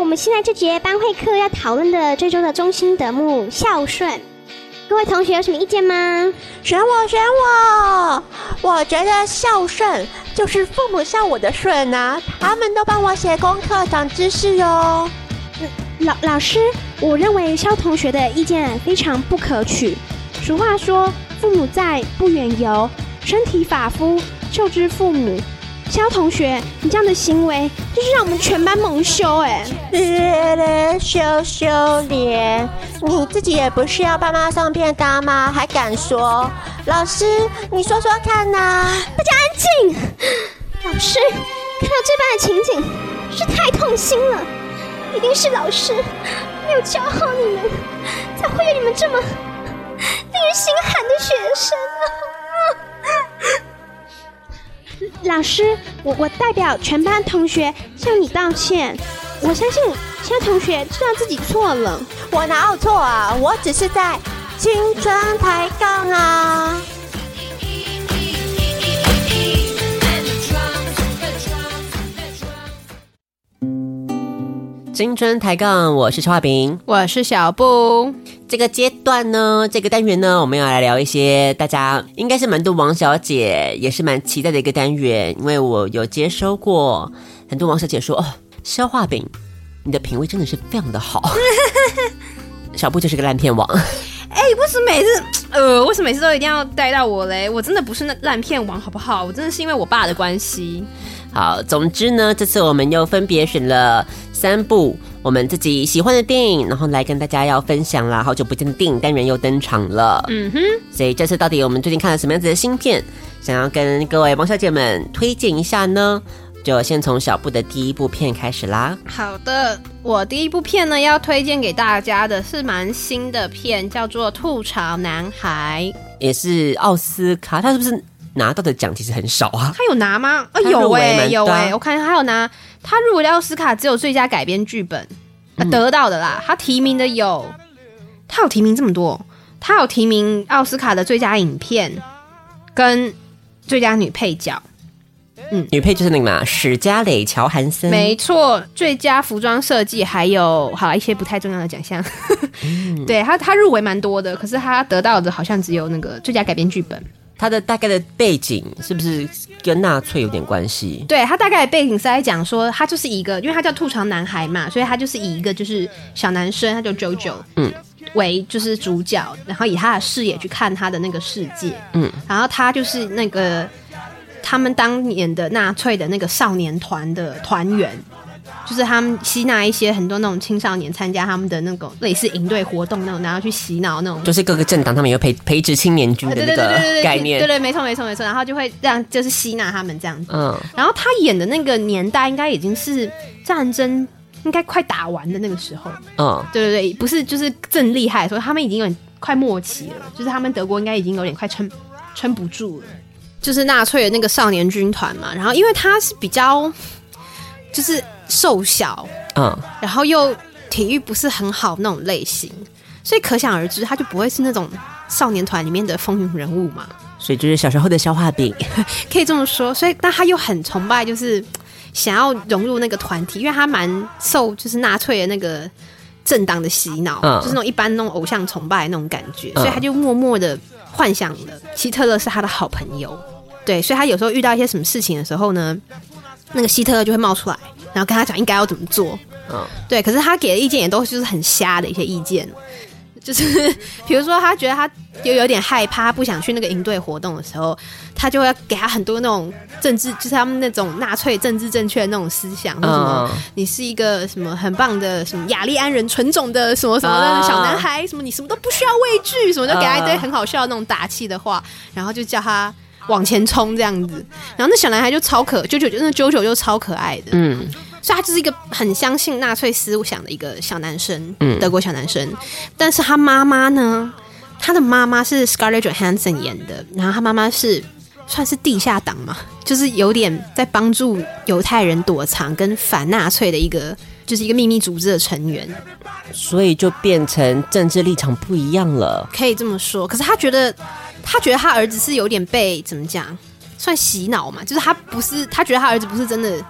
们现在这节班会课要讨论的这周的中心德目孝顺，各位同学有什么意见吗？ 选我！我觉得孝顺就是父母孝我的顺啊，他们都帮我写功课长知识哦。 老师，我认为肖同学的意见非常不可取。俗话说，父母在，不远游，身体发肤受之父母。肖同学，你这样的行为就是让我们全班蒙羞羞脸，你自己也不是要爸妈送便当吗？还敢说？老师，你说说看啊。 大家安静！老师，看到这般的情景，是太痛心了。一定是老师没有教好你们，才会有你们这么令人心寒的学生老师，我代表全班同学向你道歉。我相信肖同学知道自己错了。 我哪有错啊？我只是在青春抬杠啊。 青春抬杠，我是超画饼， 我是小布。 这个阶段呢，这个单元呢，我们要来聊一些大家应该是蛮多王小姐也是蛮期待的一个单元，因为我有接收过很多王小姐说，哦，消化饼，你的品味真的是非常的好。小布就是个烂片王。 为什么每次都一定要带到我嘞？我真的不是那烂片王，好不好？我真的是因为我爸的关系。 好，总之呢，这次我们又分别选了3部我们自己喜欢的电影，然后来跟大家要分享啦。好久不见的电影单元又登场了，所以这次到底我们最近看了什么样子的新片，想要跟各位王小姐们推荐一下呢？就先从小布的第一部片开始啦。 好的，我第一部片呢要推荐给大家的是蛮新的片，叫做《吐槽男孩》， 也是奥斯卡，他是不是拿到的奖其实很少啊？ 他有拿吗？有我看他有拿，他入围奥斯卡只有最佳改编剧本，得到的啦。他提名的他有提名这么多，他有提名奥斯卡的最佳影片跟最佳女配角。 女配就是那个嘛，史嘉蕾·乔韩森， 没错，最佳服装设计，还有一些不太重要的奖项。对，他入围蛮多的，可是他得到的好像只有那个最佳改编剧本。 他的大概的背景是不是跟纳粹有点关系？ 对，他大概的背景是在讲说，他就是一个，因为他叫吐槽男孩嘛，所以他就是以一个就是小男生，他叫 JoJo，为就是主角，然后以他的视野去看他的那个世界，然后他就是那个他们当年的纳粹的那个少年团的团员。就是他们吸纳一些很多那种青少年参加他们的那种类似营队活动那种，然后去洗脑那种， 就是各个政党他们有培植青年军的那个概念， 对，没错，然后就会让就是吸纳他们这样子。然后他演的那个年代应该已经是战争应该快打完的那个时候，对，不是就是正厉害的时候，他们已经有点快末期了，就是他们德国应该已经有点快撑不住了，就是纳粹的那个少年军团嘛。然后因为他是比较就是瘦小，然后又体育不是很好那种类型，所以可想而知他就不会是那种少年团里面的风云人物嘛， 所以就是小时候的消化饼可以这么说。所以但他又很崇拜，就是想要融入那个团体，因为他蛮受就是纳粹的那个政党的洗脑，就是那种一般那种偶像崇拜的那种感觉，所以他就默默的幻想了希特勒是他的好朋友。对，所以他有时候遇到一些什么事情的时候呢，那个希特勒就会冒出来，然后跟他讲应该要怎么做。对，可是他给的意见也都就是很瞎的一些意见，就是比如说他觉得他有点害怕，他不想去那个营队活动的时候，他就会给他很多那种政治，就是他们那种纳粹政治正确的那种思想，说什么你是一个什么很棒的什么雅利安人纯种的什么什么的小男孩，什么你什么都不需要畏惧，什么就给他一堆很好笑的那种打气的话，然后就叫他往前冲这样子。然后那小男孩就超可，JoJo就超可爱的，所以他就是一个很相信纳粹思想的一个小男生，德国小男生。但是他妈妈呢，他的妈妈是 Scarlett Johansson 演的，然后他妈妈是算是地下党嘛，就是有点在帮助犹太人躲藏跟反纳粹的一个，就是一个秘密组织的成员， 所以就变成政治立场不一样了， 可以这么说。可是他觉得他儿子是有点被怎么讲，算洗脑嘛，就是他觉得他儿子不是真的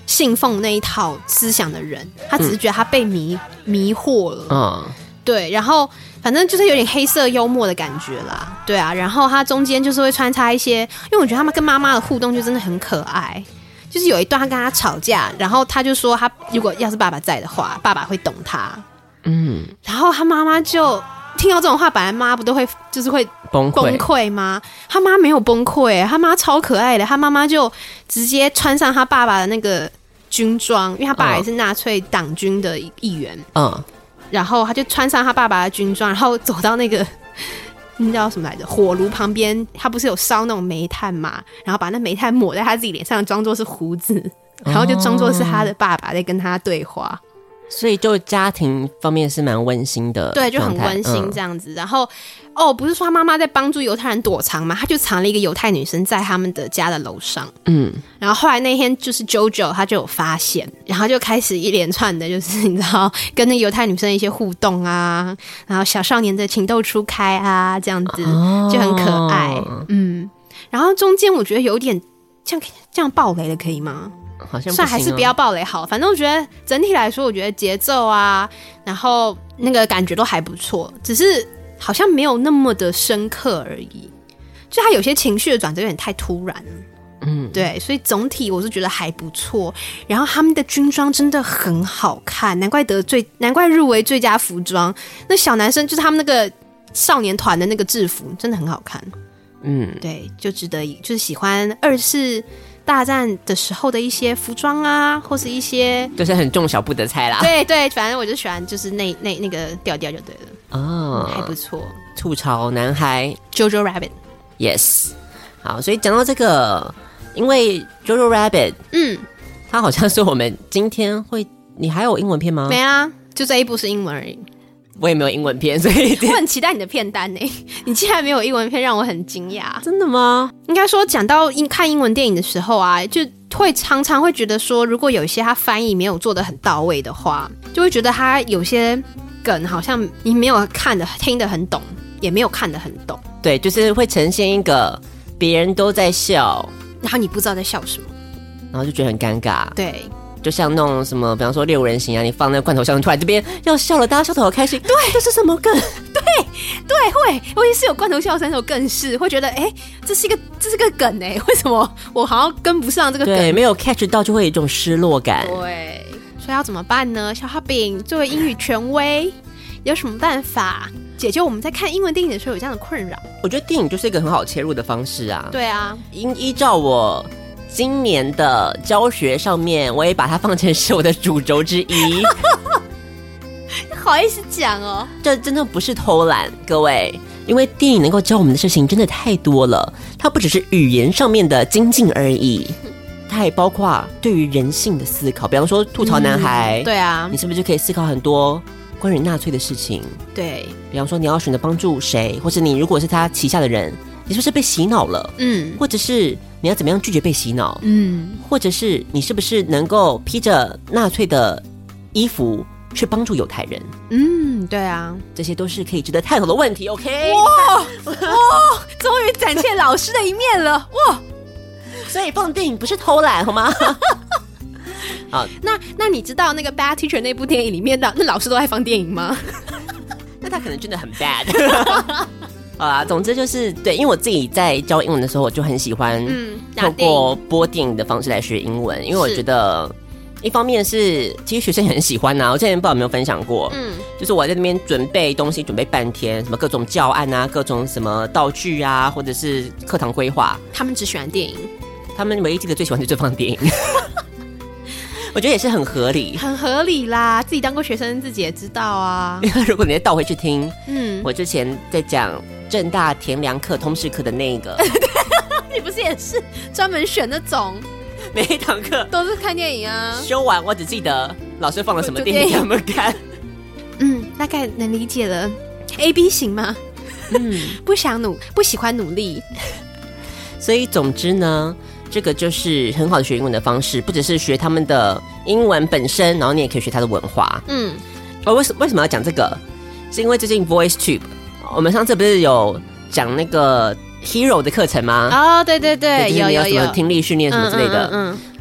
信奉那一套思想的人，他只是觉得他被迷惑了。对，然后反正就是有点黑色幽默的感觉啦。对啊，然后他中间就是会穿插一些，因为我觉得他们跟妈妈的互动就真的很可爱。就是有一段他跟他吵架，然后他就说他如果要是爸爸在的话，爸爸会懂他。然后他妈妈就听到这种话，本来妈不都会就是会崩溃吗？他妈没有崩溃，他妈超可爱的，他妈妈就直接穿上他爸爸的那个军装，因为他爸也是纳粹党军的一员。然后他就穿上他爸爸的军装，然后走到那个你知道什么来着？火炉旁边，他不是有烧那种煤炭嘛？然后把那煤炭抹在他自己脸上，装作是胡子，然后就装作是他的爸爸在跟他对话。 所以就家庭方面是蛮温馨的， 对，就很温馨这样子。然后不是说他妈妈在帮助犹太人躲藏嘛，他就藏了一个犹太女生在他们的家的楼上。然后后来那天就是 JoJo 他就有发现，然后就开始一连串的就是你知道跟那个犹太女生一些互动啊，然后小少年的情窦初开啊，这样子就很可爱。然后中间我觉得有点这样爆雷了，可以吗？ 好像不行算还是不要爆雷好，反正我觉得整体来说，我觉得节奏啊，然后那个感觉都还不错，只是好像没有那么的深刻而已。就他有些情绪的转折有点太突然了，对，所以总体我是觉得还不错。然后他们的军装真的很好看，难怪入围最佳服装。那小男生就是他们那个少年团的那个制服，真的很好看。对，就值得就是喜欢2次大战的时候的一些服装啊，或是一些就是很中小步的菜啦。 对，反正我就喜欢就是那个调调就对了。还不错。 吐槽男孩 Jojo Rabbit。 Yes。 好，所以讲到这个，因为 Jojo Rabbit 他好像说我们今天会，你还有英文片吗？ 没啊，就这一部是英文而已。 我也没有英文片，所以我很期待你的片单呢。你竟然没有英文片，让我很惊讶。 真的吗？ 应该说讲到看英文电影的时候啊，就会常常会觉得说，如果有一些他翻译没有做得很到位的话，就会觉得他有些梗好像你没有听得很懂，也没有看得很懂。 对，就是会呈现一个别人都在笑， 然后你不知道在笑什么， 然后就觉得很尴尬。 对， 就像那种什么，比方说6人行啊，你放那个罐头笑声，突然这边要笑了，大家笑得好开心。对，这是什么梗？ 对，会，尤其是有罐头笑声的时候更是会觉得，这是个梗为什么我好像跟不上这个梗？ 对，没有 catch 到就会有一种失落感。 对，所以要怎么办呢？小哈饼作为英语权威，有什么办法解救我们在看英文电影的时候有这样的困扰？ 我觉得电影就是一个很好切入的方式啊。 对啊， 依照我今年的教学上面，我也把它放成是我的主轴之一。 好意思讲哦， 这真的不是偷懒，各位，因为电影能够教我们的事情真的太多了，它不只是语言上面的精进而已，它还包括对于人性的思考。比方说吐槽男孩， 对啊， 你是不是就可以思考很多关于纳粹的事情？ 对， 比方说你要选择帮助谁，或者你如果是他旗下的人，你是不是被洗脑了？或者是你要怎么样拒绝被洗脑？或者是你是不是能够披着纳粹的衣服去帮助犹太人？ 对啊， 这些都是可以值得探讨的问题。OK， 哇，终于展现老师的一面了，哇！ 所以放电影不是偷懒，好吗？好， 那你知道那个 Bad Teacher 那部电影里面的那老师都在放电影吗？ 那他可能真的很 bad。好啦，总之就是对，因为我自己在教英文的时候，我就很喜欢透过播电影的方式来学英文，因为我觉得一方面是其实学生也很喜欢啊。我之前不知道有没有分享过，就是我在那边准备东西准备半天，什么各种教案啊，各种什么道具啊，或者是课堂规划。 他们只喜欢电影， 他们唯一记得最喜欢就是放电影。我觉得也是很合理， 很合理啦。自己当过学生，自己也知道啊。 因为如果你再倒回去听，我之前在讲政大田良课、通识课的那个， 你不是也是专门选那种每一堂课都是看电影啊？ 修完我只记得老师放了什么电影给他们看。 大概能理解了。AB 型吗？不喜欢努力。 所以总之呢，这个就是很好的学英文的方式，不只是学他们的英文本身，然后你也可以学它的文化。为什么要讲这个？是因为最近 VoiceTube， 我们上次不是有讲那个 Hero 的课程吗？ 对，有什么听力训练什么之类的。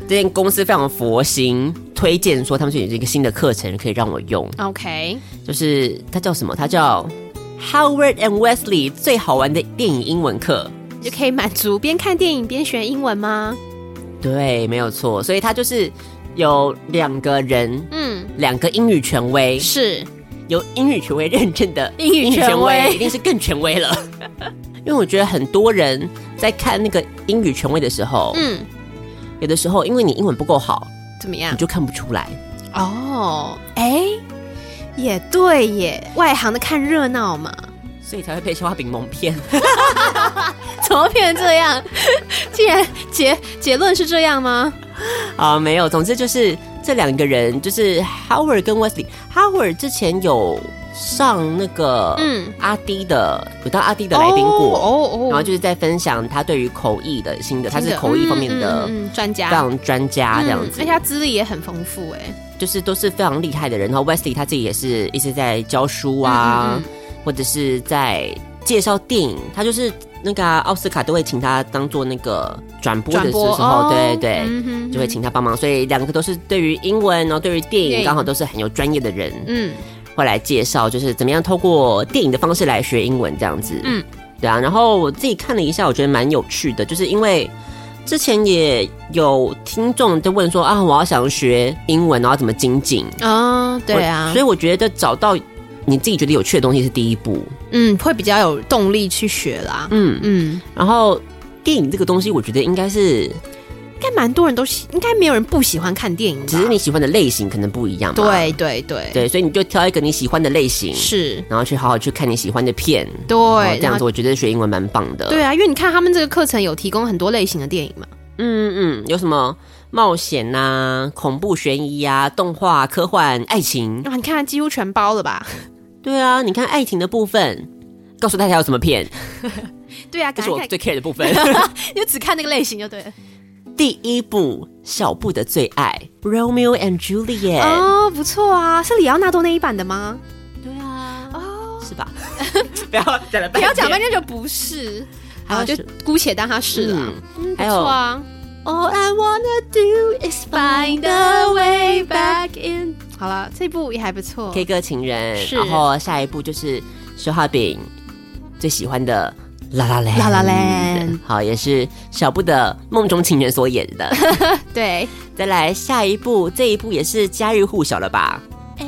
这间公司非常佛心，推荐说他们是有一个新的课程可以让我用。 OK， 就是它叫什么？它叫 Howard and Wesley 最好玩的电影英文课， 就可以满足边看电影边学英文吗？ 对，没有错。所以它就是有2个人，2个英语权威， 是有英语权威认证的英语权威， 一定是更权威了。因为我觉得很多人在看那个英语权威的时候，有的时候因为你英文不够好， 怎么样， 你就看不出来。 哦，也对耶，外行的看热闹嘛， 所以才会被消化饼蒙骗。 怎么变成这样？竟然结论是这样吗？ 啊，没有，总之就是这2个人，就是 Howard 跟 Wesley。Howard 之前有上那个阿滴的，有当阿滴的来宾过，然后就是在分享他对于口译的心得，他是口译方面的专家， 非常专家这样子， 而且他资历也很丰富就是都是非常厉害的人。然后 Wesley 他自己也是一直在教书啊，或者是在介绍电影，他就是那个奥斯卡都会请他当做那个转播的时候，对，就会请他帮忙。所以2个都是对于英文，然后对于电影刚好都是很有专业的人，会来介绍就是怎么样透过电影的方式来学英文这样子。对啊。然后我自己看了一下，我觉得蛮有趣的，就是因为之前也有听众在问说啊，我要想学英文，然后怎么精进对啊。 所以我觉得找到你自己觉得有趣的东西是第一步， 会比较有动力去学啦。 然后电影这个东西，我觉得应该蛮多人都应该没有人不喜欢看电影吧， 只是你喜欢的类型可能不一样嘛。对，所以你就挑一个你喜欢的类型， 是， 然后去好好去看你喜欢的片， 对， 这样子我觉得学英文蛮棒的。 对啊，因为你看他们这个课程有提供很多类型的电影嘛， 有什么冒险啊、恐怖悬疑啊、动画、科幻、爱情， 你看几乎全包了吧？ 对啊，你看爱情的部分，告诉大家有什么片。 对啊， 这是我最 care 的部分。 你就只看那个类型就对了。 第1部小布的最爱 Romeo and Juliet。 不错啊，是里奥纳多那一版的吗？ 对啊。是吧？不要讲了半天， 不要讲半天就不是，好，就姑且当他是啦。不错啊。All I wanna do is find a way back in。 好了，这部也还不错， K 歌情人。 是， 然后下一部就是消化饼最喜欢的La La Land， 好，也是小布的梦中情人所演的。 对， 再来下一部，这一部也是家喻户晓了吧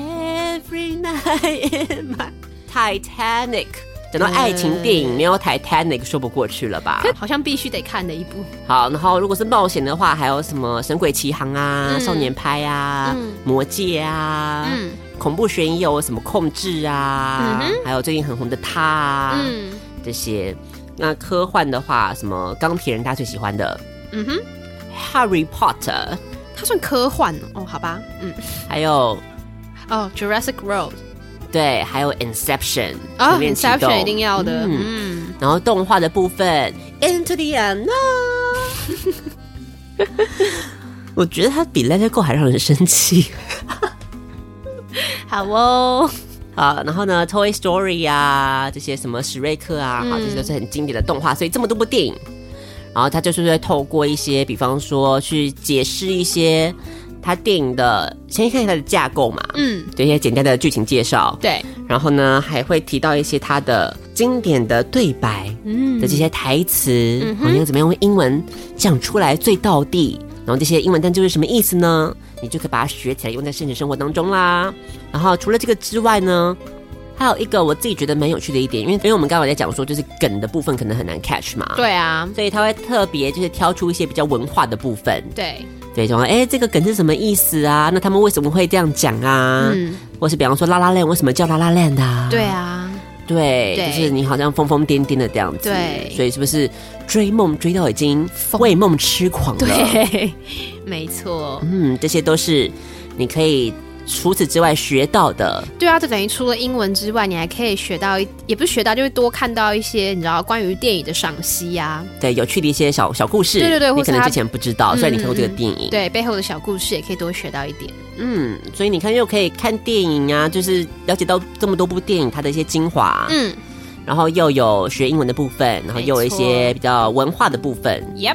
？Every night in my Titanic。讲到爱情电影，没有 Titanic 说不过去了吧？ 好像必须得看的一部。 好，然后如果是冒险的话，还有什么《神鬼奇航》啊、少年派啊、魔戒啊、恐怖悬疑有什么控制啊，还有最近很红的他啊，这些。那科幻的话，什么钢铁人大家最喜欢的，Harry Potter， 它算科幻哦，好吧， 还有 Jurassic World。 对，还有 Inception， Inception 一定要的， 然后动画的部分 Into the Unknown。 我觉得它比 Let It Go 还让人生气。 好哦， 好，然后呢 Toy Story 啊，这些什么史瑞克啊，好，这些都是很经典的动画，所以这么多部电影，然后它就是会透过一些，比方说去解释一些他电影的，先看一下它的架构嘛，对一些简单的剧情介绍， 对， 然后呢还会提到一些他的经典的对白，的这些台词，你要怎么样用英文讲出来最道地，然后这些英文单词是什么意思呢？你就可以把它学起来，用在现实生活当中啦。然后除了这个之外呢，还有一个我自己觉得蛮有趣的一点，因为我们刚才在讲说，就是梗的部分可能很难 catch 嘛， 对啊， 所以他会特别就是挑出一些比较文化的部分， 对， 就说这个梗是什么意思啊？那他们为什么会这样讲啊？或是比方说La La Land为什么叫La La Land啊？ 对啊， 对，就是你好像疯疯癫癫的这样子， 对， 所以是不是追梦追到已经为梦痴狂了？ 对，没错， 这些都是你可以除此之外学到的。 对啊，这等于除了英文之外，你还可以学到也不是学到，就会多看到一些你知道关于电影的赏析啊， 对，有趣的一些小故事， 对， 你可能之前不知道，虽然你看过这个电影， 对，背后的小故事也可以多学到一点。 所以你看又可以看电影啊，就是了解到这么多部电影它的一些精华，然后又有学英文的部分，然后又有一些比较文化的部分，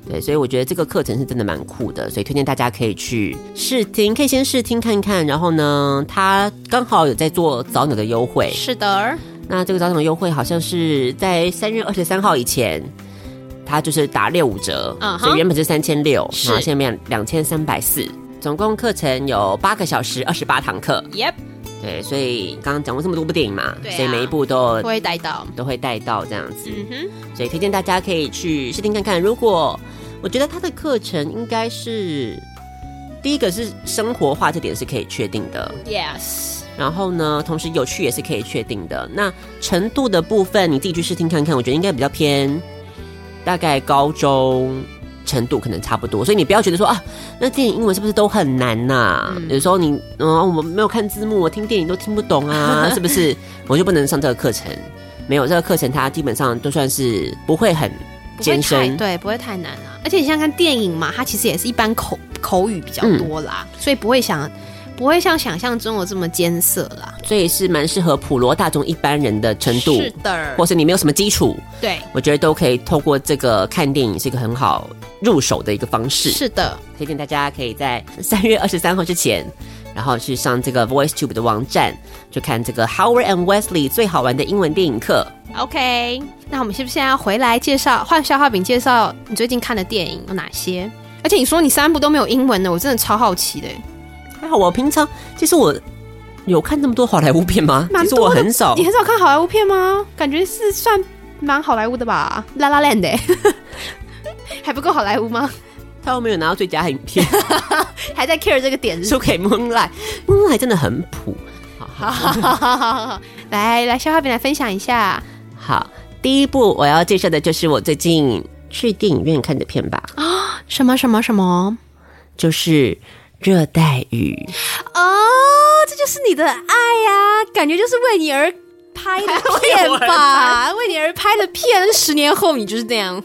对，所以我觉得这个课程是真的蛮酷的，所以推荐大家可以去试听，可以先试听看看。然后呢，他刚好有在做早鸟的优惠。 是的， 那这个早鸟优惠好像是在3月23号以前，它就是打65折，所以原本是3600，然后现在变2340。总共课程有8个小时，28堂课。 Yep。 对，所以刚刚讲过这么多部电影嘛， 对啊， 所以每一部都会带到这样子。所以推荐大家可以去试听看看。如果我觉得他的课程应该是第一个是生活化，这点是可以确定的。 Yes。 然后呢，同时有趣也是可以确定的。那程度的部分你自己去试听看看，我觉得应该比较偏大概高中程度可能差不多，所以你不要觉得说啊，那电影英文是不是都很难啊？有时候你我没有看字幕，我听电影都听不懂啊，是不是？我就不能上这个课程。没有这个课程，它基本上都算是不会很艰深， 对，不会太难啊。而且你像看电影嘛，它其实也是一般口语比较多啦，所以不会像想象中的这么艰涩啦， 所以是蛮适合普罗大众一般人的程度。 是的， 或是你没有什么基础， 对， 我觉得都可以透过这个看电影是一个很好入手的一个方式。 是的， 推荐大家可以在3月23号之前，然后去上这个 VoiceTube 的网站，去看这个 Howard and Wesley 最好玩的英文电影课。 OK， 那我们是不是现在要回来介绍，换消化饼介绍你最近看的电影有哪些？而且你说你3部都没有英文的，我真的超好奇的。 还好我平常其实我有看那么多好莱坞片吗？其实我很少。 你很少看好莱坞片吗？感觉是算蛮好莱坞的吧，La La Land 还不够好莱坞吗？ 他又没有拿到最佳影片， 还在 care 这个点， 输给 Moonlight 真的很普。 好，来，消化饼来分享一下。 好，第一部我要介绍的就是我最近去电影院看的片吧。 什么？ 就是热带雨。 这就是你的爱呀，感觉就是为你而拍的片吧，为你而拍的片，10年后你就是这样。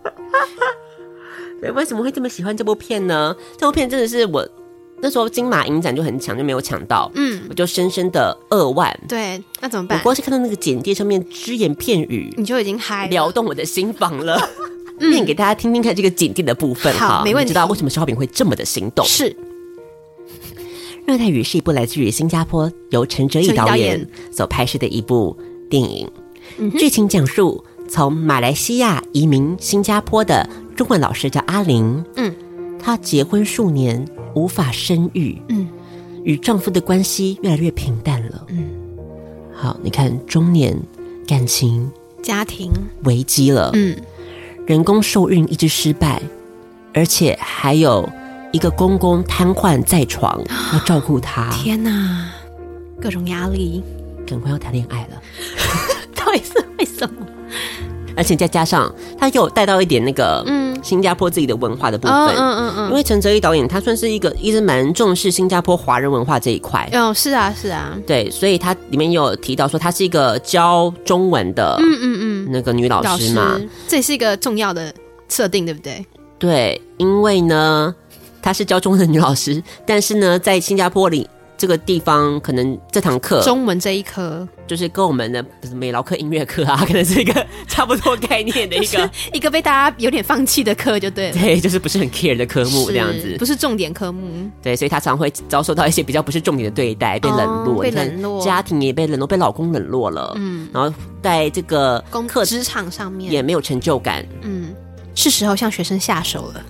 对，为什么会这么喜欢这部片呢？这部片真的是我那时候金马影展就很强，就没有抢到，我就深深的2万。 对，那怎么办？ 我光是看到那个简介上面只言片语， 你就已经嗨了， 撩动我的心房了。念给大家听听看这个简介的部分。 好，没问题。 你知道为什么消化饼会这么的心动？ 是。 热带雨是一部来自于新加坡由陈哲艺导演所拍摄的一部电影，剧情讲述从马来西亚移民新加坡的中文老师叫阿玲，她结婚数年无法生育，与丈夫的关系越来越平淡了，好，你看中年感情家庭危机了，人工受孕一直失败，而且还有一个公公瘫痪在床，要照顾他。 天哪，各种压力， 赶快要谈恋爱了， 到底是为什么？ 而且再加上他有带到一点那个新加坡自己的文化的部分，因为陈哲艺导演他算是一直蛮重视新加坡华人文化这一块。 是啊， 对，所以他里面有提到说他是一个教中文的，那个女老师嘛， 这也是一个重要的设定，对不对？ 对，因为呢，她是教中文的女老师，但是呢，在新加坡里这个地方，可能这堂课中文这一科就是跟我们的美劳课、音乐课啊，可能是一个差不多概念的一个被大家有点放弃的课，就对了。 对，就是不是很 care 的科目这样子， 不是重点科目。 对，所以她常会遭受到一些比较不是重点的对待，被冷落， 被冷落， 家庭也被冷落，被老公冷落了。然后在这个职场上面也没有成就感。 是时候向学生下手了。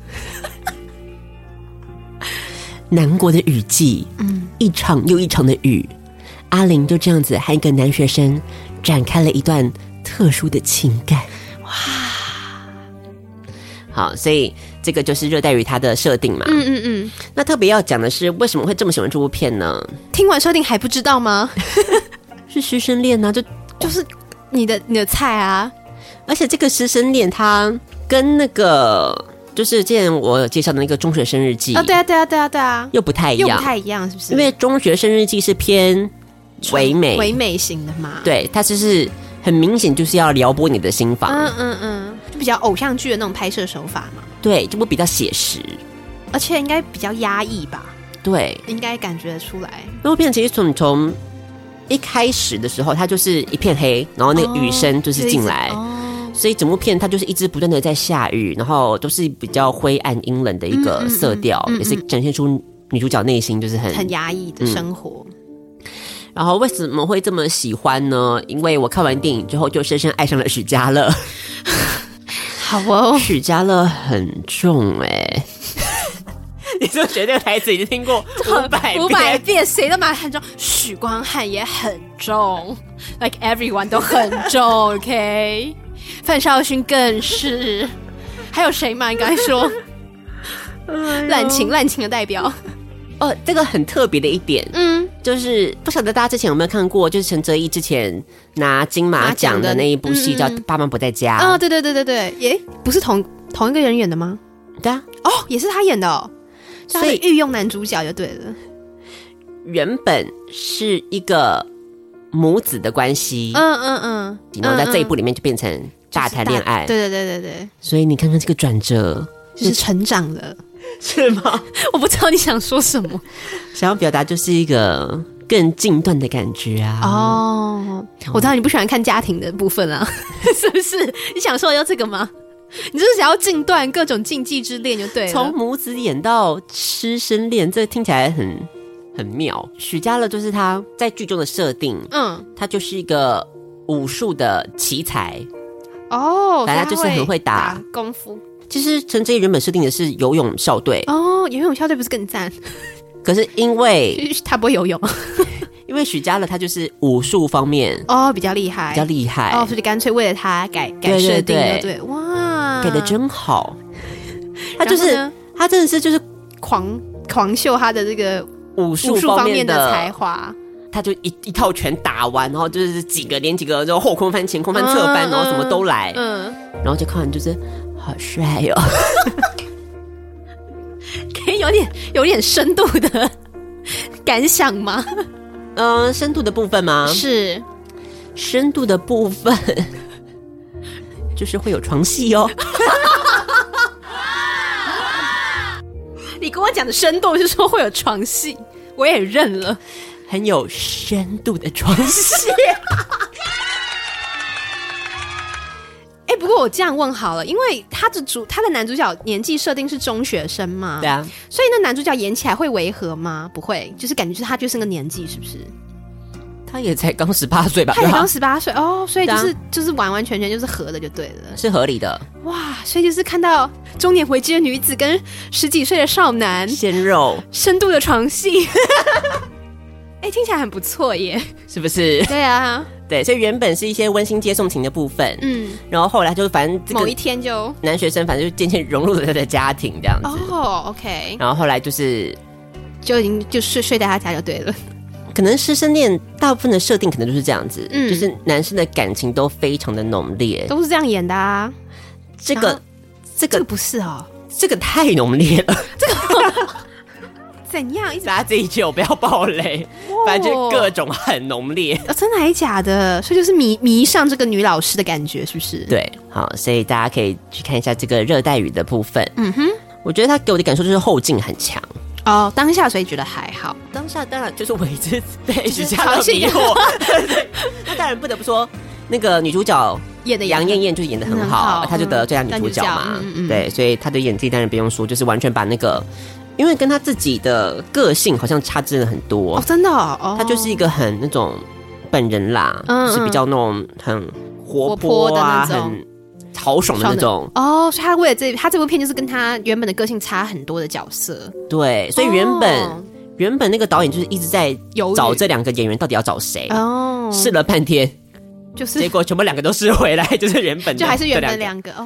南国的雨季，一场又一场的雨，阿玲就这样子和一个男学生展开了一段特殊的情感。哇！好，所以这个就是热带雨它的设定嘛。那特别要讲的是，为什么会这么喜欢这部片呢？ 听完设定还不知道吗？ 是师生恋啊， 就是你的菜啊。 而且这个师生恋，它跟那个就是之前我有介绍的那个中学生日记对啊， 又不太一样，是不是？ 因为中学生日记是偏唯美型的嘛， 对，它就是很明显就是要撩拨你的心房， 就比较偶像剧的那种拍摄手法嘛。 对，这部比较写实， 而且应该比较压抑吧？ 对， 应该感觉得出来。 那部片其实从一开始的时候，它就是一片黑，然后那个雨声就是进来。 所以整部片它就是一直不断的在下雨，然后都是比较灰暗阴冷的一个色调，也是展现出女主角内心就是很压抑的生活。 然后为什么会这么喜欢呢？因为我看完电影之后就深深爱上了许家乐。 好哦， 许家乐很重你是不是觉得这个台词已经听过500 遍？谁都蛮很重，许光汉也很重 ，like everyone 都很重 ，OK？ 范少勋更是，还有谁吗？你刚才说滥情的代表。 这个很特别的一点，就是不晓得大家之前有没有看过，就是陈哲艺之前拿金马奖的那一部戏叫《爸妈不在家》。 对，耶，不是同一个人演的吗？ 对啊， 也是他演的哦。所以他的御用男主角就对了。 原本是一个母子的关系，然后在这一部里面就变成大谈恋爱。 对。 所以你看看这个转折， 就是成长了。 是吗？ 我不知道你想说什么， 想要表达就是一个更近段的感觉啊。 我知道你不喜欢看家庭的部分啊，是不是？你想说的要这个吗？你就是想要禁断各种禁忌之恋就对了。 从母子演到师生恋，这听起来很妙。许家乐就是他在剧中的设定，他就是一个武术的奇才反正就是很会打功夫。 其实陈哲艺原本设定的是游泳校队游泳校队不是更赞？ 可是因为他不会游泳， 因为许家乐他就是武术方面比较厉害所以干脆为了他改设定，对，哇， 改得真好。他就是他真的是就是狂秀他的这个武术方面的才华。 他就一套全打完，然后就是连几个就后空翻、前空翻、侧翻，然后什么都来，然后就看完就是好帅哦， 可以有点深度的感想吗？ 深度的部分吗？ 是深度的部分，就是会有床戏哦。 你跟我讲的深度是说会有床戏，我也认了。 很有深度的床戏。 不过我这样问好了，因为他的男主角年纪设定是中学生嘛， 对啊， 所以那男主角演起来会违和吗？不会，就是感觉就是他就是个年纪，是不是？ 他也才刚18岁吧？ 他也刚18岁所以就是完完全全就是合的就对了， 是合理的。 哇，所以就是看到中年危机的女子跟10几岁的少男鲜肉深度的床戏。听起来很不错耶， 是不是？ 对啊， 对，所以原本是一些温馨接送情的部分，然后后来就反正这个某一天就男学生反正就渐渐融入了他的家庭这样子。 OK， 然后后来就已经就睡在他家就对了。 可能师生恋大部分的设定可能就是这样子，就是男生的感情都非常的浓烈， 都是这样演的啊。 这个不是这个太浓烈了，这个。 怎样？ 大家自己就不要爆雷，反正就各种很浓烈。 真的还假的？所以就是迷上这个女老师的感觉，是不是？ 对，好，所以大家可以去看一下这个热带雨的部分。我觉得他给我的感受就是后劲很强。 当下所以觉得还好。 当下当然就是我一直被许家乐迷惑。那当然不得不说，那个女主角演的杨艳艳就演得很好，她就得最佳女主角嘛。对，所以她的演技当然不用说，就是完全把那个。因为跟他自己的个性好像差真的很多真的他就是一个很那种本人啦，是比较那种很活泼的那种，很豪爽的那种所以他为了他这部片就是跟他原本的个性差很多的角色。 对，所以原本那个导演就是一直在找这2个演员到底要找谁试了半天，就是结果全部2个都试回来，就是原本的就还是原本2个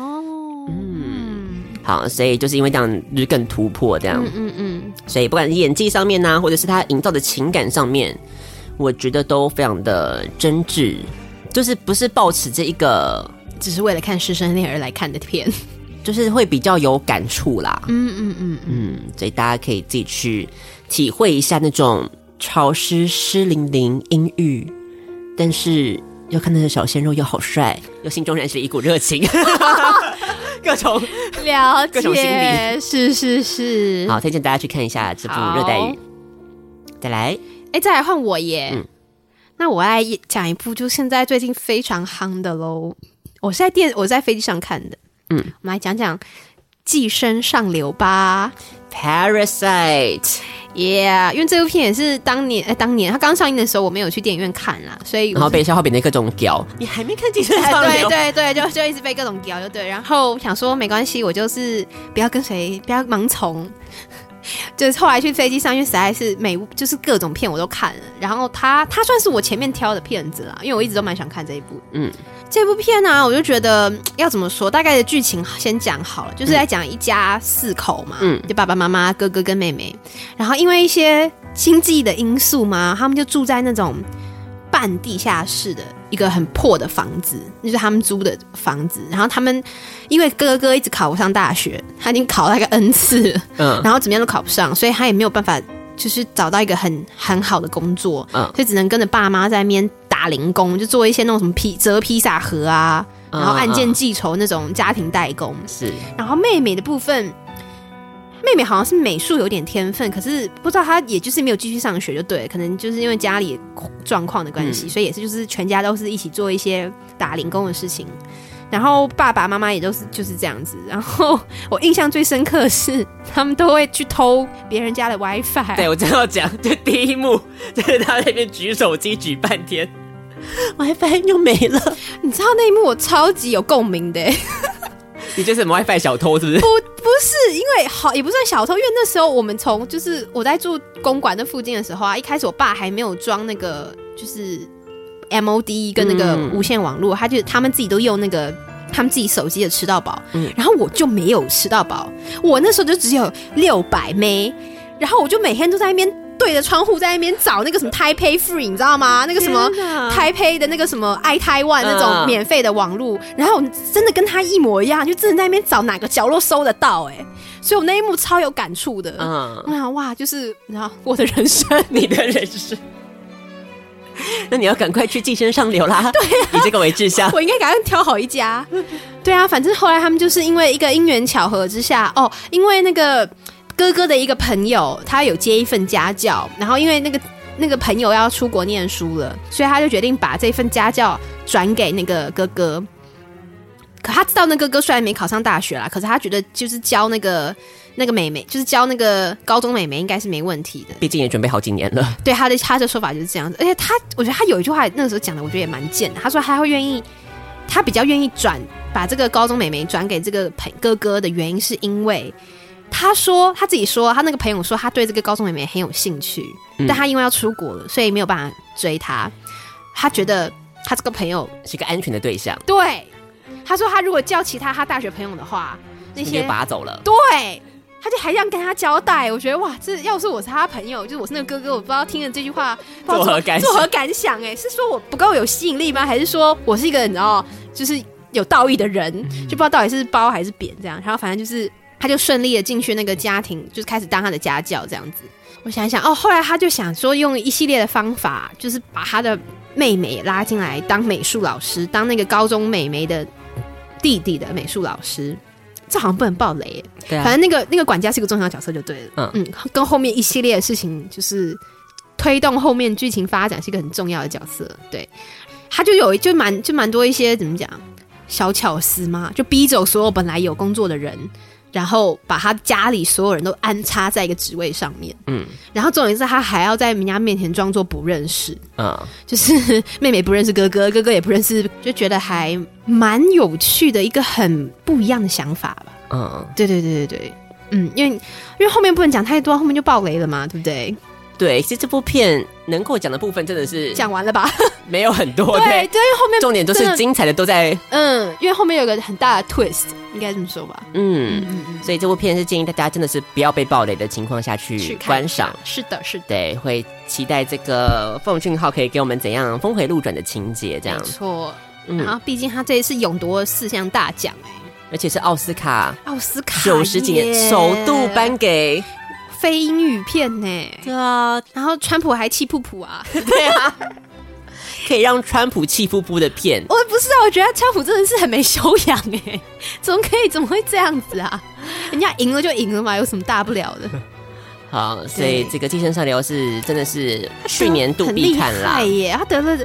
好，所以就是因为这样就是更突破这样，所以不管是演技上面或者是他营造的情感上面，我觉得都非常的真挚，就是不是抱持这一个只是为了看师生恋而来看的片， 就是会比较有感触啦。所以大家可以自己去体会一下那种潮湿湿淋淋阴郁，但是又看到的小鲜肉又好帅，又心中燃起了一股热情。各种了解， 各种心理， 是。 好，推荐大家去看一下这部《热带雨》。再来换我耶。那我来讲一部，就现在最近非常夯的喽， 我在飞机上看的。我们来讲讲《寄生上流》吧。 Parasite， Yeah， 因为这部片也是当年它刚上映的时候，我没有去电影院看啦，所以然后被消化饼的各种屌，你还没看《寄生上流》？ 对，就一直被各种屌，就对。然后想说没关系，我就是不要盲从。就是后来去飞机上，因为实在是就是各种片我都看了，然后它算是我前面挑的片子啦，因为我一直都蛮想看这一部。这部片呢，我就觉得要怎么说，大概的剧情先讲好了，就是在讲一家4口嘛，就爸爸妈妈、哥哥跟妹妹，然后因为一些经济的因素嘛，他们就住在那种半地下室的一个很破的房子，就是他们租的房子。然后他们因为哥哥一直考不上大学，他已经考了个 N 次了，然后怎么样都考不上，所以他也没有办法就是找到一个很好的工作，所以只能跟着爸妈在那边打零工，就做一些那种什么折披萨盒啊，然后按件计酬那种家庭代工。 是。 然后妹妹的部分，妹妹好像是美术有点天分，可是不知道她也就是没有继续上学就对了，可能就是因为家里状况的关系，所以也是就是全家都是一起做一些打零工的事情。然后爸爸妈妈也都是就是这样子。然后我印象最深刻的是，他们都会去偷别人家的 WiFi。 对，我正要讲，就第一幕就是他在那边举手机举半天，WiFi 又没了。 你知道那一幕我超级有共鸣的。 你就是什么 WiFi 小偷是不是？ 不是，因为也不算小偷，因为那时候我们就是我在住公馆那附近的时候啊，一开始我爸还没有装那个就是 MOD 跟那个无线网络，他们自己都用那个他们自己手机的吃到饱，然后我就没有吃到饱，我那时候就只有600 Mbps，然后我就每天都在那边对着窗户在那边找那个什么 Taipei Free， 你知道吗？那个什么 Taipei 的那个什么 iTaiwan 那种免费的网路，然后我真的跟他一模一样，就真的在那边找哪个角落搜得到所以我那一幕超有感触的。我想哇，就是然后我的人生， 你的人生。那你要赶快去寄生上流啦！对以这个为志向， 我应该赶快挑好一家。对啊，反正后来他们就是因为一个因缘巧合之下，因为那个哥哥的一个朋友，他有接一份家教，然后因为那个朋友要出国念书了，所以他就决定把这份家教转给那个哥哥。可他知道那哥哥虽然没考上大学啦，可是他觉得就是教那个妹妹，就是教那个高中妹妹应该是没问题的， 毕竟也准备好几年了。对， 他的说法就是这样子。而且我觉得他有一句话那个时候讲的，我觉得也蛮贱的。他说他比较愿意把这个高中妹妹转给这个哥哥的原因，是因为他自己说，他那个朋友说他对这个高中妹妹很有兴趣，但他因为要出国了，所以没有办法追她。他觉得他这个朋友是一个安全的对象。 对，他说他如果叫其他他大学朋友的话，那些就拔走了。 对，他就还这样跟他交代。我觉得哇，这要是我是他朋友，就是我是那个哥哥，我不知道听了这句话作何感想。是说我不够有吸引力吗？还是说我是一个你知道就是有道义的人，就不知道到底是褒还是贬这样。然后反正就是他就顺利的进去那个家庭，就是开始当他的家教这样子。我想一想后来他就想说用一系列的方法，就是把他的妹妹拉进来当美术老师，当那个高中妹妹的弟弟的美术老师。这好像不能爆雷对啊， 反正那个管家是个重要角色就对了。跟后面一系列的事情就是推动后面剧情发展是一个很重要的角色。对，他就蛮多一些怎么讲小巧思嘛，就逼走所有本来有工作的人，然后把他家里所有人都安插在一个职位上面。然后重点是他还要在人家面前装作不认识。就是妹妹不认识哥哥，哥哥也不认识，就觉得还蛮有趣的一个很不一样的想法吧。对，因为后面不能讲太多，后面就爆雷了嘛，对不对？ 对，其实这部片能够讲的部分真的是讲完了吧， 没有很多。 对，因为后面重点都是精彩的都在因为后面有个很大的 twist， 应该这么说吧。 所以这部片是建议大家真的是不要被爆雷的情况下去观赏。 是的， 对，会期待这个奉俊昊可以给我们怎样峰回路转的情节，这样没错。然后毕竟他这一次勇夺了4项大奖而且是奥斯卡 90 几年首度颁给非英语片呢。 对啊， 然后川普还气噗噗啊。 对啊，可以让川普气噗噗的片。 我不是啊，我觉得川普真的是很没修养怎么会这样子啊？人家赢了就赢了嘛，有什么大不了的？ 好，所以这个《寄生上流》是真的是去年度必看啦。 很厉害耶，他得了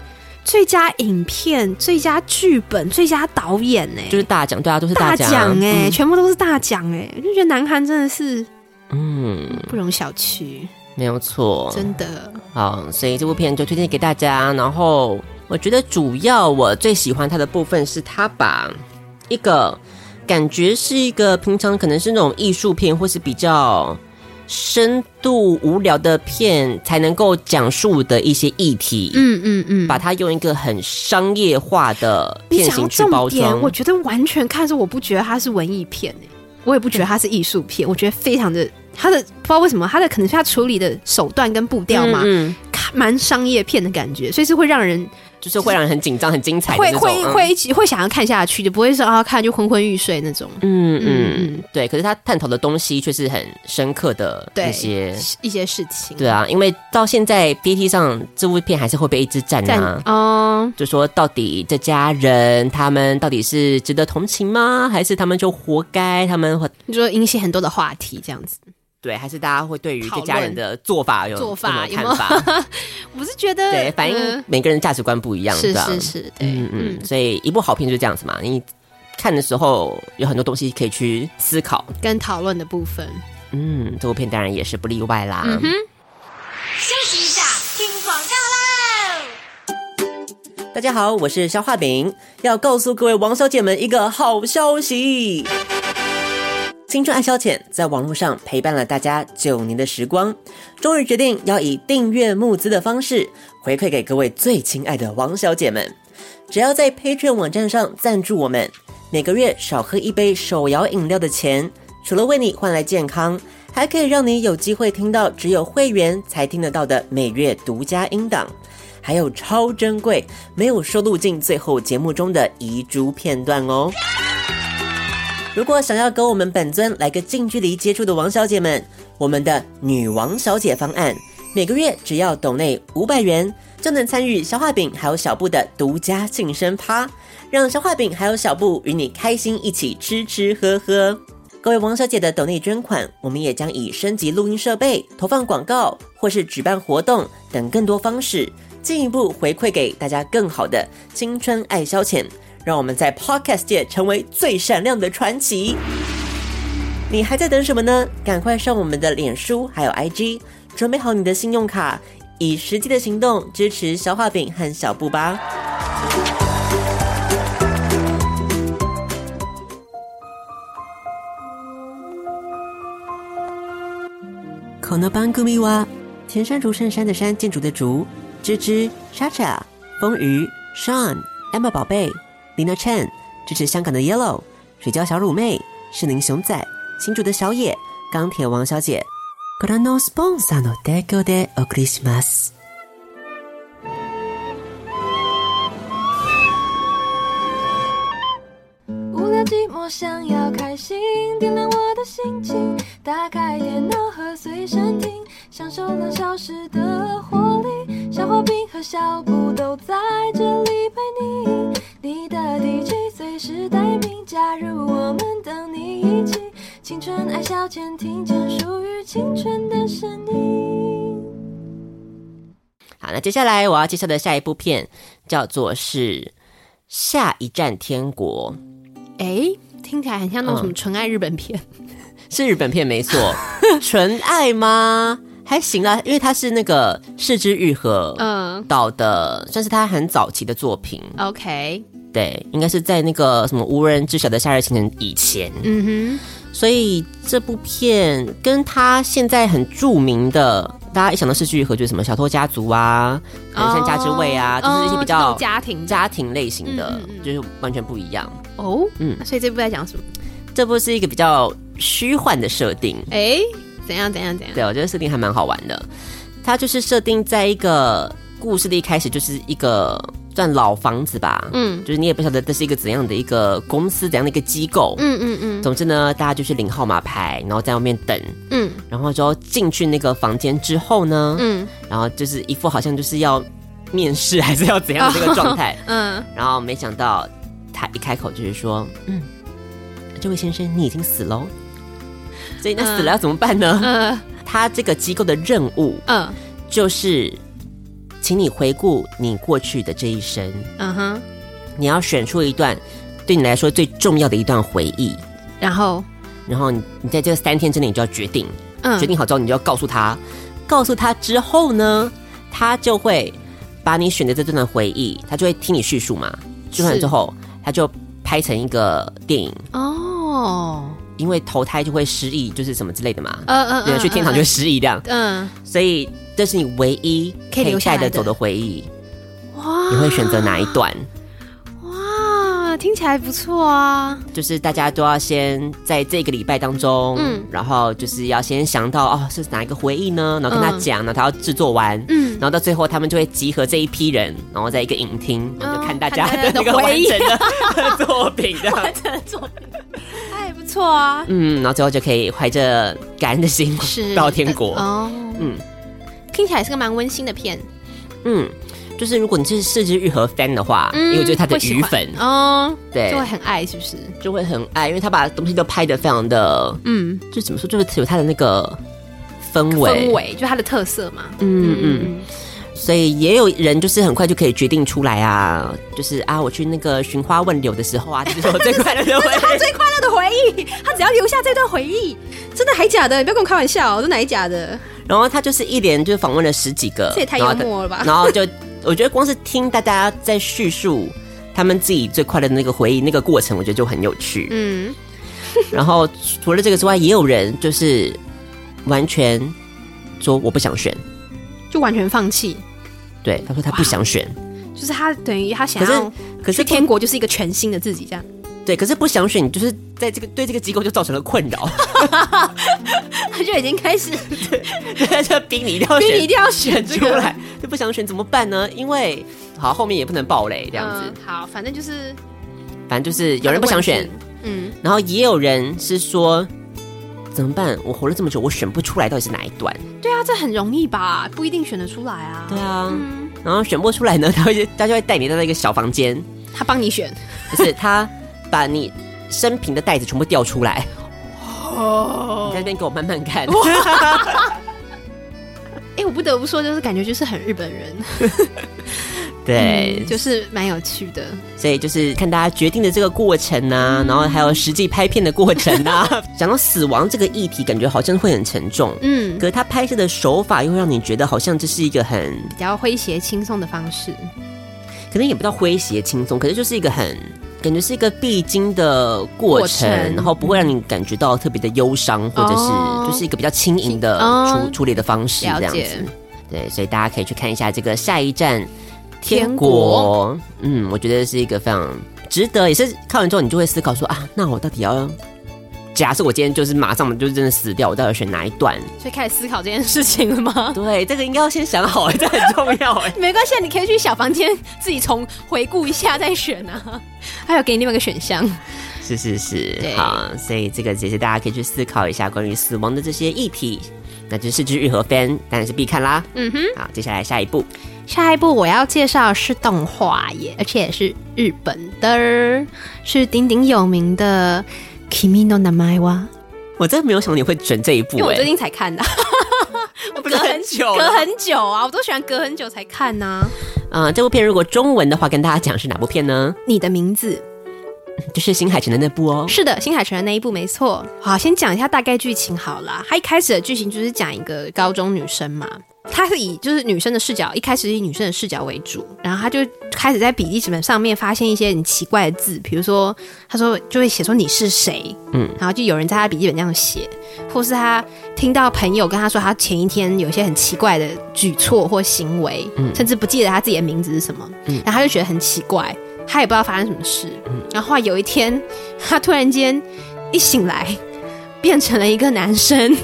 最佳影片、最佳剧本、最佳导演就是大奖，对啊，都是大奖全部都是大奖我就觉得南韩真的是不容小觑， 没有错， 真的。 好，所以这部片就推荐给大家。然后我觉得主要我最喜欢它的部分是它把一个感觉是一个平常可能是那种艺术片或是比较深度无聊的片才能够讲述的一些议题，把它用一个很商业化的片型去包装。 我觉得完全看着我不觉得它是文艺片我也不觉得它是艺术片，我觉得非常的它的不知道为什么它的可能是它处理的手段跟步调嘛，蛮商业片的感觉，所以是会让人。 就是会让人很紧张、很精彩的那种， 会想要看下去，就不会说看就昏昏欲睡那种。 对。可是他探讨的东西却是很深刻的一些事情。 对啊，因为到现在 BT 上这部片还是会被一直战就说到底这家人他们到底是值得同情吗？还是他们就活该？他们你说引起很多的话题这样子。 对，还是大家会对于这家人的做法有什么看法？ 我是觉得对，反映每个人价值观不一样， 是，对， 所以一部好片就是这样子嘛。你看的时候有很多东西可以去思考跟讨论的部分。 这部片当然也是不例外啦。 休息一下，听广告喽。 大家好，我是消化饼，要告诉各位王小姐们一个好消息。青春爱消遣在网络上陪伴了大家9年的时光，终于决定要以订阅募资的方式回馈给各位最亲爱的王小姐们。只要在 Patreon 网站上赞助我们，每个月少喝一杯手摇饮料的钱，除了为你换来健康，还可以让你有机会听到只有会员才听得到的每月独家音档，还有超珍贵没有收录进最后节目中的遗珠片段哦。如果想要跟我们本尊来个近距离接触的王小姐们，我们的女王小姐方案，每个月只要抖内500元，就能参与消化饼还有小布的独家庆生趴，让消化饼还有小布与你开心一起吃吃喝喝。各位王小姐的抖内捐款，我们也将以升级录音设备、投放广告或是举办活动等更多方式，进一步回馈给大家更好的青春爱消遣，让我们在 Podcast 界成为最闪亮的传奇。你还在等什么呢？赶快上我们的脸书还有 IG， 准备好你的信用卡，以实际的行动支持消化饼和小布吧。この番組は田山竹衬衫的山，建筑的竹，芝芝、莎莎、风鱼、Sean、Emma 宝贝、Lina Chen， 支持香港的 Yellow、水饺小乳妹、士林熊仔、新竹的小野、钢铁王小姐。ご覧のスポンサーの提供でお送りします。 无聊寂寞想要开心，点亮我的心情，打开电脑和随身听，享受2小时的活力。小花饼和小布都在这里陪你，你的 DJ 随时待命，加入我们，等你一起，青春爱消遣，听见属于青春的声音。 好，那接下来我要介绍的下一部片叫做是下一站天国。 听起来很像那种什么纯爱日本片。 是日本片没错。纯爱吗？还行啦，因为它是那个是枝裕和导的，算是他很早期的作品。 OK， 对，应该是在那个什么无人知晓的夏日清晨以前。所以这部片跟他现在很著名的，大家一想到是枝裕和就是什么小偷家族啊、人生家之味啊，就是一些比较家庭类型的，就是完全不一样。 所以这部在讲什么？ 这部是一个比较虚幻的设定。 怎样？ 对，我觉得设定还蛮好玩的。它就是设定在一个故事的一开始，就是一个算老房子吧，就是你也不晓得这是一个怎样的一个公司，怎样的一个机构，总之呢，大家就去领号码牌，然后在外面等，然后就进去那个房间之后呢，然后就是一副好像就是要面试还是要怎样的这个状态，然后没想到他一开口就是说，这位先生你已经死了，所以那死了要怎么办呢？他这个机构的任务，就是请你回顾你过去的这一生，你要选出一段对你来说最重要的一段回忆， 然后你在这3天之内你就要决定，决定好之后你就要告诉他之后呢，他就会把你选的这段回忆，他就会听你叙述嘛，叙述完之后他就拍成一个电影哦。因为投胎就会失忆，就是什么之类的嘛，人去天堂就会失忆这样，所以这是你唯一可以带得走的回忆。哇，你会选择哪一段？ 哇，听起来不错啊！ 就是大家都要先在这个礼拜当中，然后就是要先想到是哪一个回忆呢？然后跟他讲，然后他要制作完，然后到最后他们就会集合这一批人，然后在一个影厅，然后就看大家的那个完整的作品，完整的作品。 还不错啊， 然后最后就可以怀着感恩的心到天国哦。 听起来是个蛮温馨的片。 就是如果你是四肢愈合 fan 的话，因为就是他的鱼粉对， 就会很爱，是不是？ 就会很爱，因为他把东西都拍得非常的就怎么说，就是有他的那个氛围， 就他的特色嘛。 所以也有人就是很快就可以决定出来啊，就是我去那个寻花问柳的时候这就是我最快乐的回忆， 这是他最快乐的回忆，他只要留下这段回忆，真的还假的？你不要跟我开玩笑，这哪里假的？ 然后他就是一连就访问了10几个， 这也太幽默了吧？ 然后就我觉得光是听大家在叙述他们自己最快乐的那个回忆那个过程，我觉得就很有趣。然后除了这个之外，也有人就是完全说我不想选， 就完全放弃。 对，他说他不想选， 就是他等于他想要，可是天国就是一个全新的自己这样。 对，可是不想选，你就是在对这个机构就造成了困扰， 他就已经开始对，就逼你一定要选出来，就不想选怎么办呢？因为后面也不能爆雷这样子。 好，反正就是有人不想选，然后也有人是说。怎么办？我活了这么久，我选不出来到底是哪一段？ 对啊，这很容易吧？不一定选得出来啊。 对啊，然后选不出来呢，他就会带你到那个小房间， 他帮你选， 不是他把你生平的袋子全部调出来，你在那边给我慢慢看。 我不得不说，就是感觉就是很日本人。 对， 就是蛮有趣的， 所以就是看大家决定的这个过程啊，然后还有实际拍片的过程啊。讲到死亡这个议题，感觉好像会很沉重，可是他拍摄的手法又会让你觉得好像这是一个很比较诙谐轻松的方式， 可能也不叫诙谐轻松，可是就是一个感觉是一个必经的过程，然后不会让你感觉到特别的忧伤，或者是就是一个比较轻盈的处理的方式这样子。对，所以大家可以去看一下这个下一站。天国，我觉得是一个非常值得，也是看完之后你就会思考说那我到底要，假设我今天就是马上就是真的死掉，我到底要选哪一段？ 所以开始思考这件事情了吗？ 对，这个应该要先想好，这很重要没关系，你可以去小房间自己重回顾一下再选啊。还有给你另外一个选项。 是，好，所以这个也是大家可以去思考一下关于死亡的这些议题。那就是四肢愈合 fan 当然是必看啦。好，接下来下一部我要介绍的是动画耶，而且也是日本的，是鼎鼎有名的 Kimi no Namae wa。我真的没有想你会选这一部， 因为我最近才看的。我隔很久啊，我都喜欢隔很久才看啊。 这部片如果中文的话，跟大家讲是哪部片呢？ 你的名字。 就是新海诚的那部哦。 是的，新海诚的那一部没错。好，先讲一下大概剧情好啦。他一开始的剧情就是讲一个高中女生嘛，她是以就是女生的视角，一开始是以女生的视角为主，然后她就开始在笔记本上面发现一些很奇怪的字，比如说她说就会写说你是谁，然后就有人在她笔记本这样写，或是她听到朋友跟她说她前一天有一些很奇怪的举措或行为，甚至不记得她自己的名字是什么，然后她就觉得很奇怪。他也不知道发生什么事，然后后来有一天，他突然间一醒来，变成了一个男生，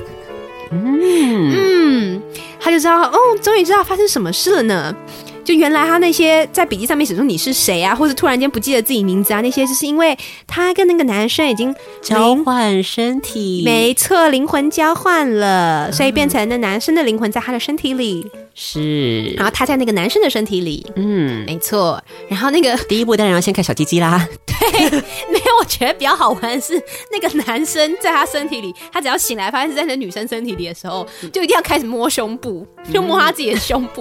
他就知道终于知道发生什么事了呢。就原来他那些在笔记上面写出你是谁啊，或者突然间不记得自己名字啊，那些就是因为他跟那个男生已经交换身体， 没错，灵魂交换了，所以变成那男生的灵魂在他的身体里， 是， 然后他在那个男生的身体里，没错。然后那个第一步当然要先看小鸡鸡啦。 对，没有，我觉得比较好玩的是那个男生在他身体里，他只要醒来发现是在那女生身体里的时候，就一定要开始摸胸部，就摸他自己的胸部。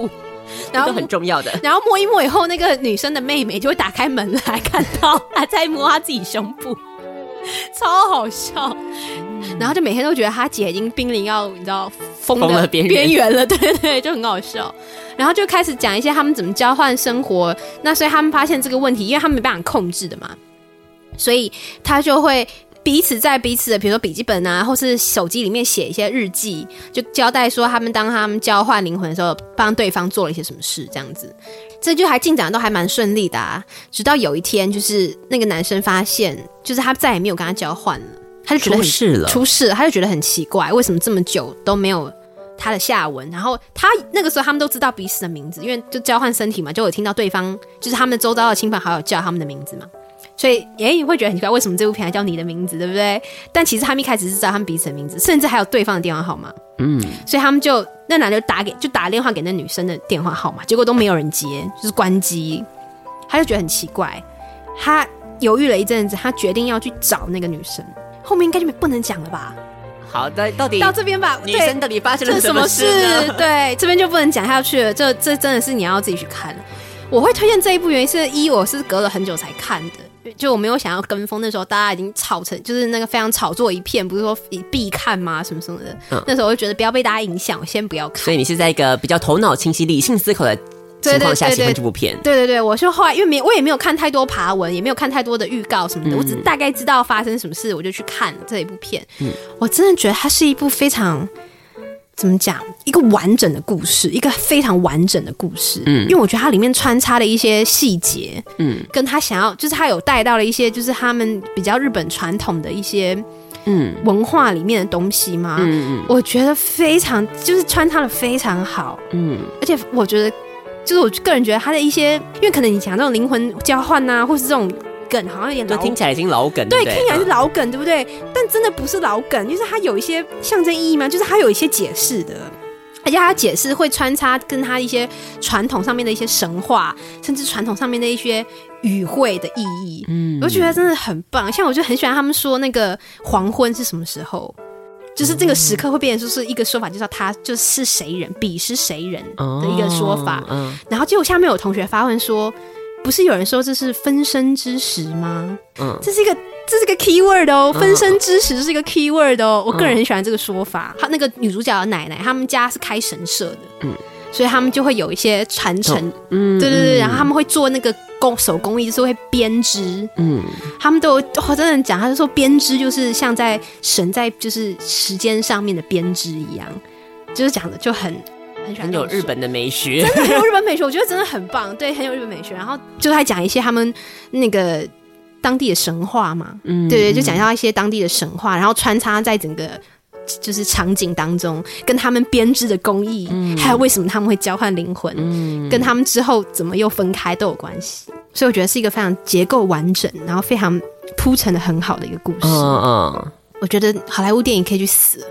然后都很重要的。 然后摸一摸以后，那个女生的妹妹就会打开门来，看到她在摸她自己胸部，超好笑。然后就每天都觉得她姐已经濒临要你知道疯的边缘了，对对对，就很好笑。然后就开始讲一些他们怎么交换生活，那所以他们发现这个问题，因为他们没办法控制的嘛，所以他就会彼此在彼此的比如说笔记本啊或是手机里面写一些日记，就交代说他们当他们交换灵魂的时候帮对方做了一些什么事这样子。这就还进展都还蛮顺利的啊，直到有一天就是那个男生发现就是他再也没有跟他交换了，他就觉得出事了，他就觉得很奇怪，为什么这么久都没有他的下文。然后他那个时候他们都知道彼此的名字，因为就交换身体嘛，就有听到对方就是他们周遭的亲朋好友叫他们的名字嘛，所以你会觉得很奇怪，为什么这部片还叫你的名字，对不对？但其实他们一开始是知道他们彼此的名字，甚至还有对方的电话号码。所以他们就那男的就打电话给那女生的电话号码，结果都没有人接，就是关机。他就觉得很奇怪，他犹豫了一阵子，他决定要去找那个女生。后面应该就不能讲了吧？ 好的，到底到这边吧， 女生到底发生了什么事呢？ 对，这边就不能讲下去了，这真的是你要自己去看。我会推荐这一部原因是我是隔了很久才看的，就我没有想要跟风，那时候大家已经炒成就是那个非常炒作一片，不是说必看吗什么什么的，那时候我就觉得不要被大家影响，我先不要看。 所以你是在一个比较头脑清晰理性思考的情况下喜欢这部片。 对对对，我就后来因为我也没有看太多爬文，也没有看太多的预告什么的，我只大概知道发生什么事，我就去看了这一部片。我真的觉得它是一部非常怎么讲，一个完整的故事，一个非常完整的故事。因为我觉得它里面穿插了一些细节，跟他想要就是他有带到了一些就是他们比较日本传统的一些文化里面的东西嘛。我觉得非常就是穿插的非常好。而且我觉得就是我个人觉得他的一些，因为可能你讲这种灵魂交换啊，或是这种梗好像有点老， 听起来已经老梗， 对，听起来是老梗，对不对？但真的不是老梗，就是它有一些象征意义嘛，就是它有一些解释的，而且它解释会穿插跟它一些传统上面的一些神话，甚至传统上面的一些语汇的意义。我觉得真的很棒。像我就很喜欢他们说那个黄昏是什么时候。就是这个时刻会变成就是一个说法，就是他就是谁人，彼是谁人的一个说法。然后结果下面有同学发问说，不是有人说这是分身之时吗？这是一个 keyword 哦，分身之时是一个 keyword 哦。我个人很喜欢这个说法。他那个女主角的奶奶，他们家是开神社的，所以他们就会有一些传承。对对对，然后他们会做那个手工艺，就是会编织。他们都真的讲，他就说编织就是像在神在就是时间上面的编织一样，就是讲的就很喜欢， 很有日本的美学， 真的很有日本美学，我觉得真的很棒，对，很有日本美学。然后就还讲一些他们那个当地的神话嘛，对对，就讲到一些当地的神话，然后穿插在整个就是场景当中，跟他们编织的工艺，还有为什么他们会交换灵魂，跟他们之后怎么又分开都有关系。所以我觉得是一个非常结构完整，然后非常铺陈的很好的一个故事。我觉得好莱坞电影可以去死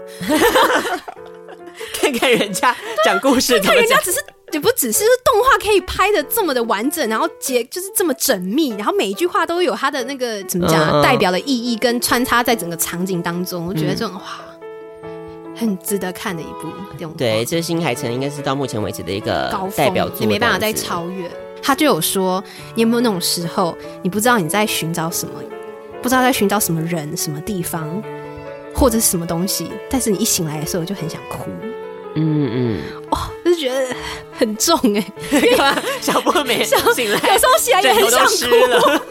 看看人家讲故事， 看人家也不只是动画可以拍的这么的完整，然后就是这么缜密，然后每一句话都有它的那个怎么讲代表的意义，跟穿插在整个场景当中。我觉得这种很值得看的一部动画。 对，这新海诚应该是到目前为止的一个高峰， 代表作， 也没办法再超越。他就有说，你有没有那种时候，你不知道你在寻找什么，不知道在寻找什么人、什么地方，或者是什么东西，但是你一醒来的时候就很想哭。就觉得很重小波没醒来， 有时候醒来也很想哭。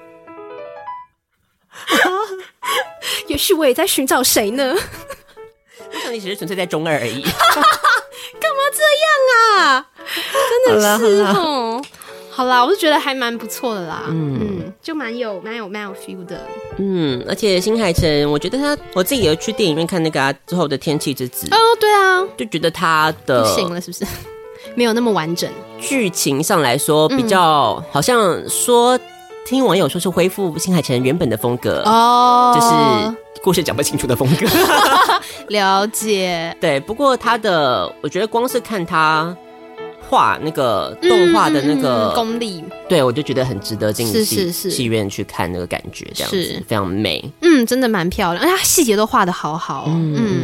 也许我也在寻找谁呢？ 我想你只是纯粹在中二而已。 干嘛这样啊？真的是哦。好啦，我是觉得还蛮不错的啦，就蛮有 feel 的， 而且新海诚，我觉得我自己有去电影院看那个之后的《天气之子》 对啊， 就觉得他的不行了，是不是？没有那么完整， 剧情上来说比较，好像说听网友说是恢复新海诚原本的风格就是故事讲不清楚的风格。 了解， 对，不过他的，我觉得光是看他画那个动画的那个功力， 对，我就觉得很值得进戏院去看那个感觉，这样子非常美， 真的蛮漂亮，而且它细节都画得好好，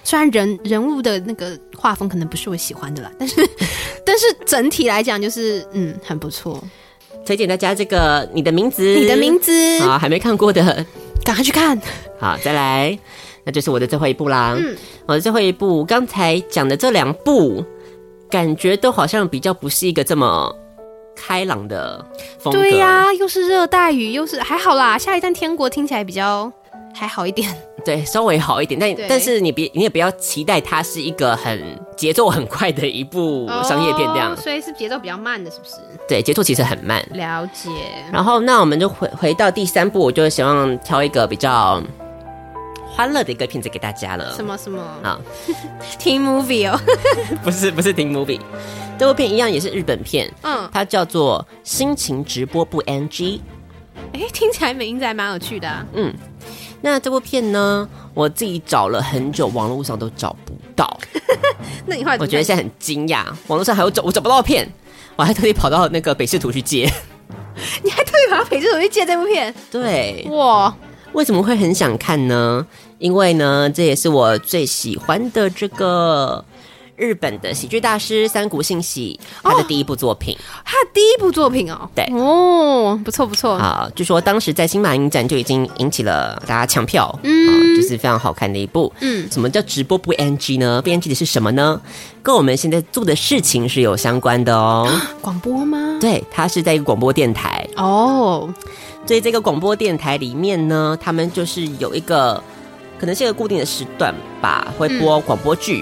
虽然人物的那个画风可能不是我喜欢的啦，但是整体来讲就是很不错。 推荐大家这个你的名字，好，还没看过的赶快去看。 好，再来，那就是我的最后一部啦。我的最后一部，刚才讲的这2部，感觉都好像比较不是一个这么开朗的风格。 对呀，又是热带雨，又是还好啦。下一站天国听起来比较还好一点， 对，稍微好一点，但是你也不要期待它是一个节奏很快的一部商业片这样， 所以是节奏比较慢的，是不是？ 对，节奏其实很慢。 了解。 然后那我们就回到第3部，我就希望挑一个比较欢乐的一个片子给大家了。 什么啊 ？Teen Movie 哦， 不是 Teen Movie， 这部片一样也是日本片，它叫做《心情直播不 NG》。 听起来名字还蛮有趣的啊。 那这部片呢，我自己找了很久，网络上都找不到。 那你后来我觉得现在很惊讶，网络上我找不到片，我还特地跑到那个北视图去借。 你还特地跑到北视图去借这部片？ 对， 哇， 为什么会很想看呢？因为呢，这也是我最喜欢的这个日本的喜剧大师三谷幸喜他的第一部作品。 他的第一部作品哦？ 对， 不错不错。 好，据说当时在新马影展就已经引起了大家抢票，就是非常好看的一部。什么叫直播不 NG 呢？不 NG 的是什么呢？跟我们现在做的事情是有相关的哦。 广播吗？ 对，它是在一个广播电台哦。 所以这个广播电台里面呢，他们就是有一个可能是一个固定的时段吧，会播广播剧。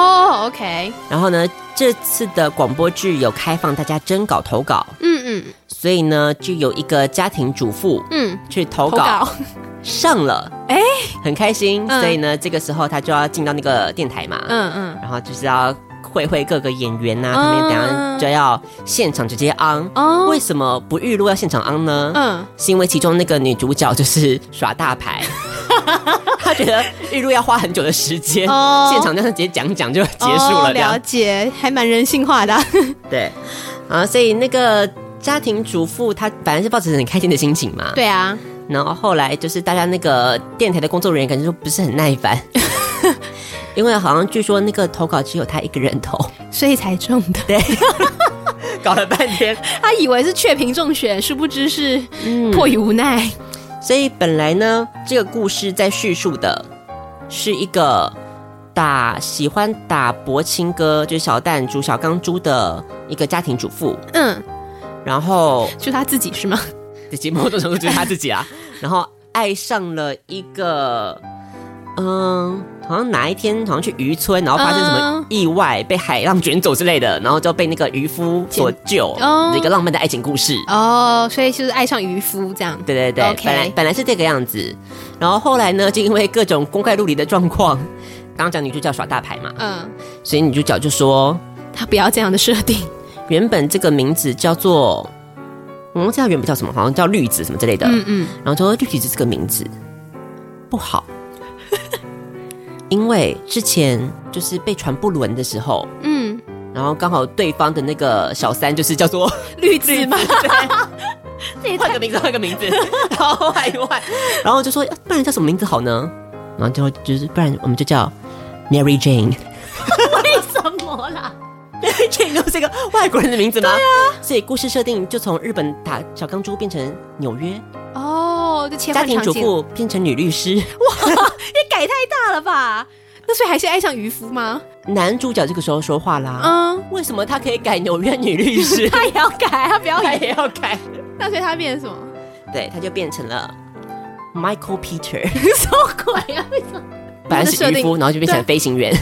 OK。 然后呢，这次的广播剧有开放大家征稿投稿。所以呢，就有一个家庭主妇去投稿上了，很开心。所以呢，这个时候他就要进到那个电台嘛，然后就是要会各个演员啊，他们等下就要现场直接 on。为什么不预录要现场 on 呢？是因为其中那个女主角就是耍大牌。他觉得预录要花很久的时间，现场这样直接讲就结束了。 了解，还蛮人性化的。 对啊，所以那个家庭主妇她本来是抱着很开心的心情嘛。 对啊， 然后后来就是大家那个电台的工作人员感觉说不是很耐烦。因为好像据说那个投稿只有他一个人投， 所以才中的。 对，搞了半天， 他以为是确评中选，殊不知是迫于无奈。 所以本来呢，这个故事在叙述的是一个喜欢打柏青哥，就是小蛋煮小钢珠的一个家庭主妇。然后就他自己是吗？ 对，某种程度就是他自己啊。然后爱上了一个。好像哪一天好像去渔村，然后发生什么意外，被海浪卷走之类的，然后就被那个渔夫所救，一个浪漫的爱情故事。 所以就是爱上渔夫这样。 对， Okay. 本来是这个样子，然后后来呢，就因为各种公开录里的状况，刚刚讲女主角耍大牌嘛，所以女主角就说她不要这样的设定。 原本这个名字叫做，我忘记她原本叫什么，好像叫绿子什么之类的。然后就说绿子这个名字不好。因为之前就是被传不伦的时候，然后刚好对方的那个小三就是叫做绿子嘛， 换个名字，然后换一换，然后就说不然叫什么名字好呢？然后就是不然我们就叫 Mary Jane。 为什么啦 ？Mary Jane 就是一个外国人的名字吗？对啊，所以故事设定就从日本打小钢珠变成纽约。 就切换场景， 家庭主妇变成女律师。 哇，也改太大了吧？那所以还是爱上渔夫吗？ 男主角这个时候说话啦，为什么他可以改纽约女律师？ 他也要改，他不要他也要改。 那所以他变成什么？ 对，他就变成了 Michael Peter。 什么鬼啊？为什么？ 本来是渔夫，然后就变成飞行员。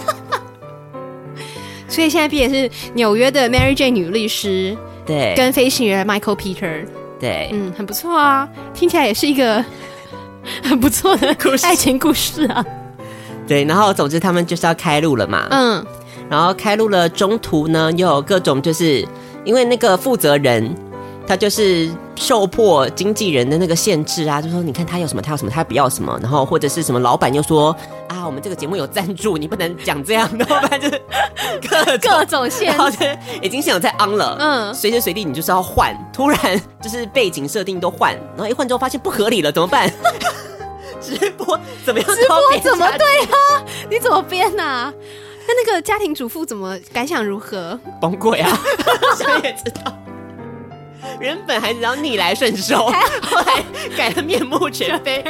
所以现在变成是纽约的 Mary Jane 女律师， 对， 跟飞行员 Michael Peter。 对， 很不错啊，听起来也是一个很不错的爱情故事啊。 对，然后总之他们就是要开路了嘛，然后开路了，中途呢又有各种，就是因为那个负责人他就是受迫经纪人的那个限制啊，就说你看他有什么他有什么他不要什么，然后或者是什么老板又说啊我们这个节目有赞助，你不能讲这样，然后不然就是各种限制，然后就已经现场在 on 了，随时随地你就是要换，突然就是背景设定都换，然后一换之后发现不合理了怎么办？直播播怎么样？ 直播怎么对啊？你怎么编啊？那个家庭主妇怎么感想如何？ 崩溃啊！想也知道，原本还只要逆来顺受，后来改了面目全非。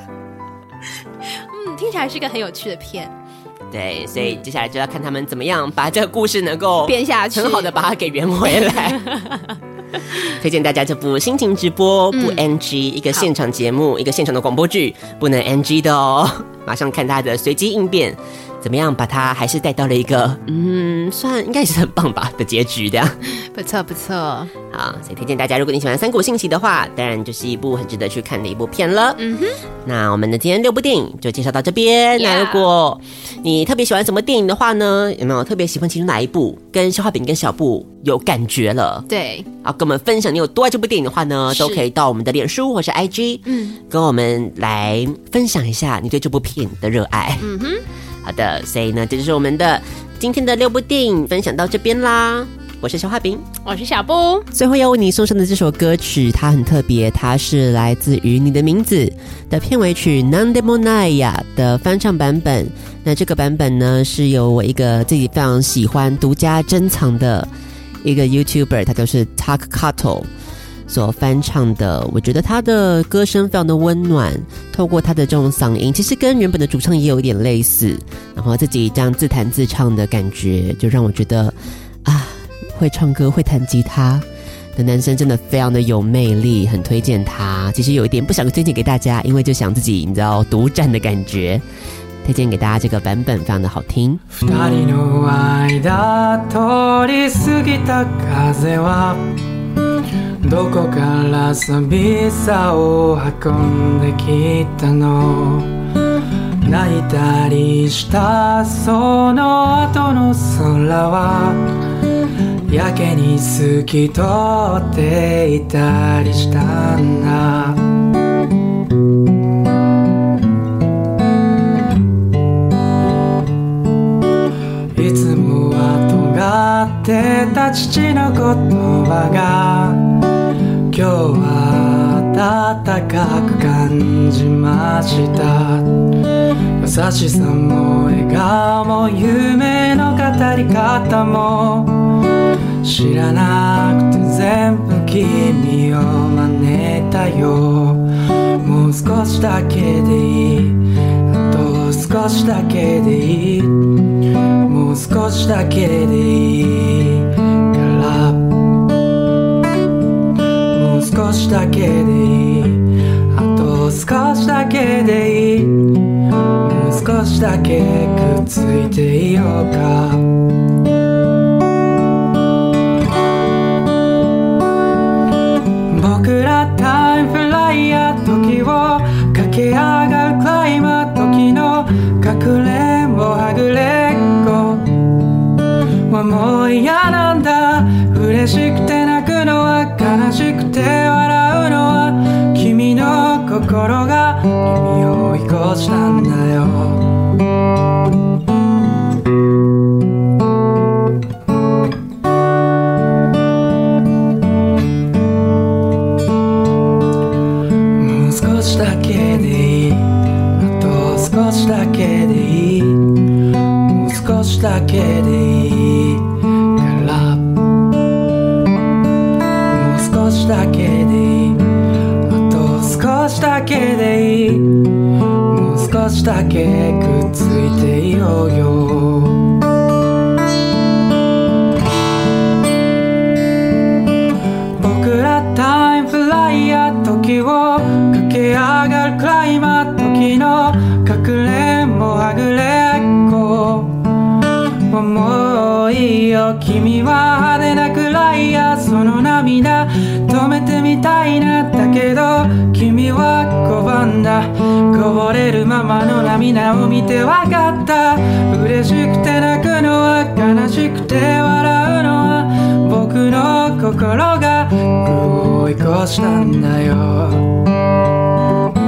听起来是一个很有趣的片。 对，所以接下来就要看他们怎么样把这个故事能够编下去， 很好的把它给圆回来。推荐大家这部心情直播不 NG，一个现场节目，一个现场的广播剧，不能 NG 的哦。马上看他的随机应变，怎么样把它还是带到了一个算应该也是很棒吧的结局的。 不错不错， 好，所以推荐大家，如果你喜欢三国信息的话，当然就是一部很值得去看的一部片了。那我们的今天6部电影就介绍到这边。那如果你特别喜欢什么电影的话呢，有没有特别喜欢其中哪一部跟消化饼跟小布有感觉了？ 对， 好，跟我们分享你有多爱这部电影的话呢，都可以到我们的脸书或是 IG，跟我们来分享一下你对这部片的热爱。好的，所以呢，这就是我们的今天的6部电影分享到这边啦。我是小画饼， 我是小布。 最后要为你送上的这首歌曲，它很特别，它是来自于《你的名字》的片尾曲《Nandemonaya》的翻唱版本。那这个版本呢，是由我一个自己非常喜欢、独家珍藏的一个 YouTuber， 他就是 Takato 所翻唱的。我觉得他的歌声非常的温暖，透过他的这种嗓音，其实跟原本的主唱也有一点类似，然后自己这样自弹自唱的感觉，就让我觉得会唱歌会弹吉他的男生真的非常的有魅力，很推荐他。其实有一点不想推荐给大家，因为就想自己你知道独占的感觉，推荐给大家这个版本非常的好听。 二人の間通り過ぎた風はどこから寂しさを運んできたの、泣いたりしたその後の空はやけに透き通っていたりしたんだ。いつもは尖ってた父の言葉が今日は温かく感じました。優しさも笑顔も夢の語り方も知らなくて全部君を真似たよ。もう少しだけでいい、あと少しだけでいい、もう少しだけでいいから、もう少しだけでいい、あと少しだけでいい、もう少しだけくっついていようか。僕らタイムフライヤー、時を駆け上がるクライマー、時のかくれんぼはぐれっこはもう嫌なんだ。嬉しくて泣くのは悲しくて笑うのは君の心が君を追い越したんだよ。だけでいい、あと少しだけでいい、もう少しだけでいいから、もう少しだけでいい、あと少しだけでいい、もう少しだけくっついていようよ。僕らタイムフライヤー、時を駆け上がるクライマー、時のかくれんぼはぐれっこはもういいよ。君は派手なくらいやその涙止めてみたいな、だけど君は拒んだ。こぼれるままの涙を見てわかった。嬉しくて泣くのは悲しくて笑うのは僕の心が僕を追い越したんだよ。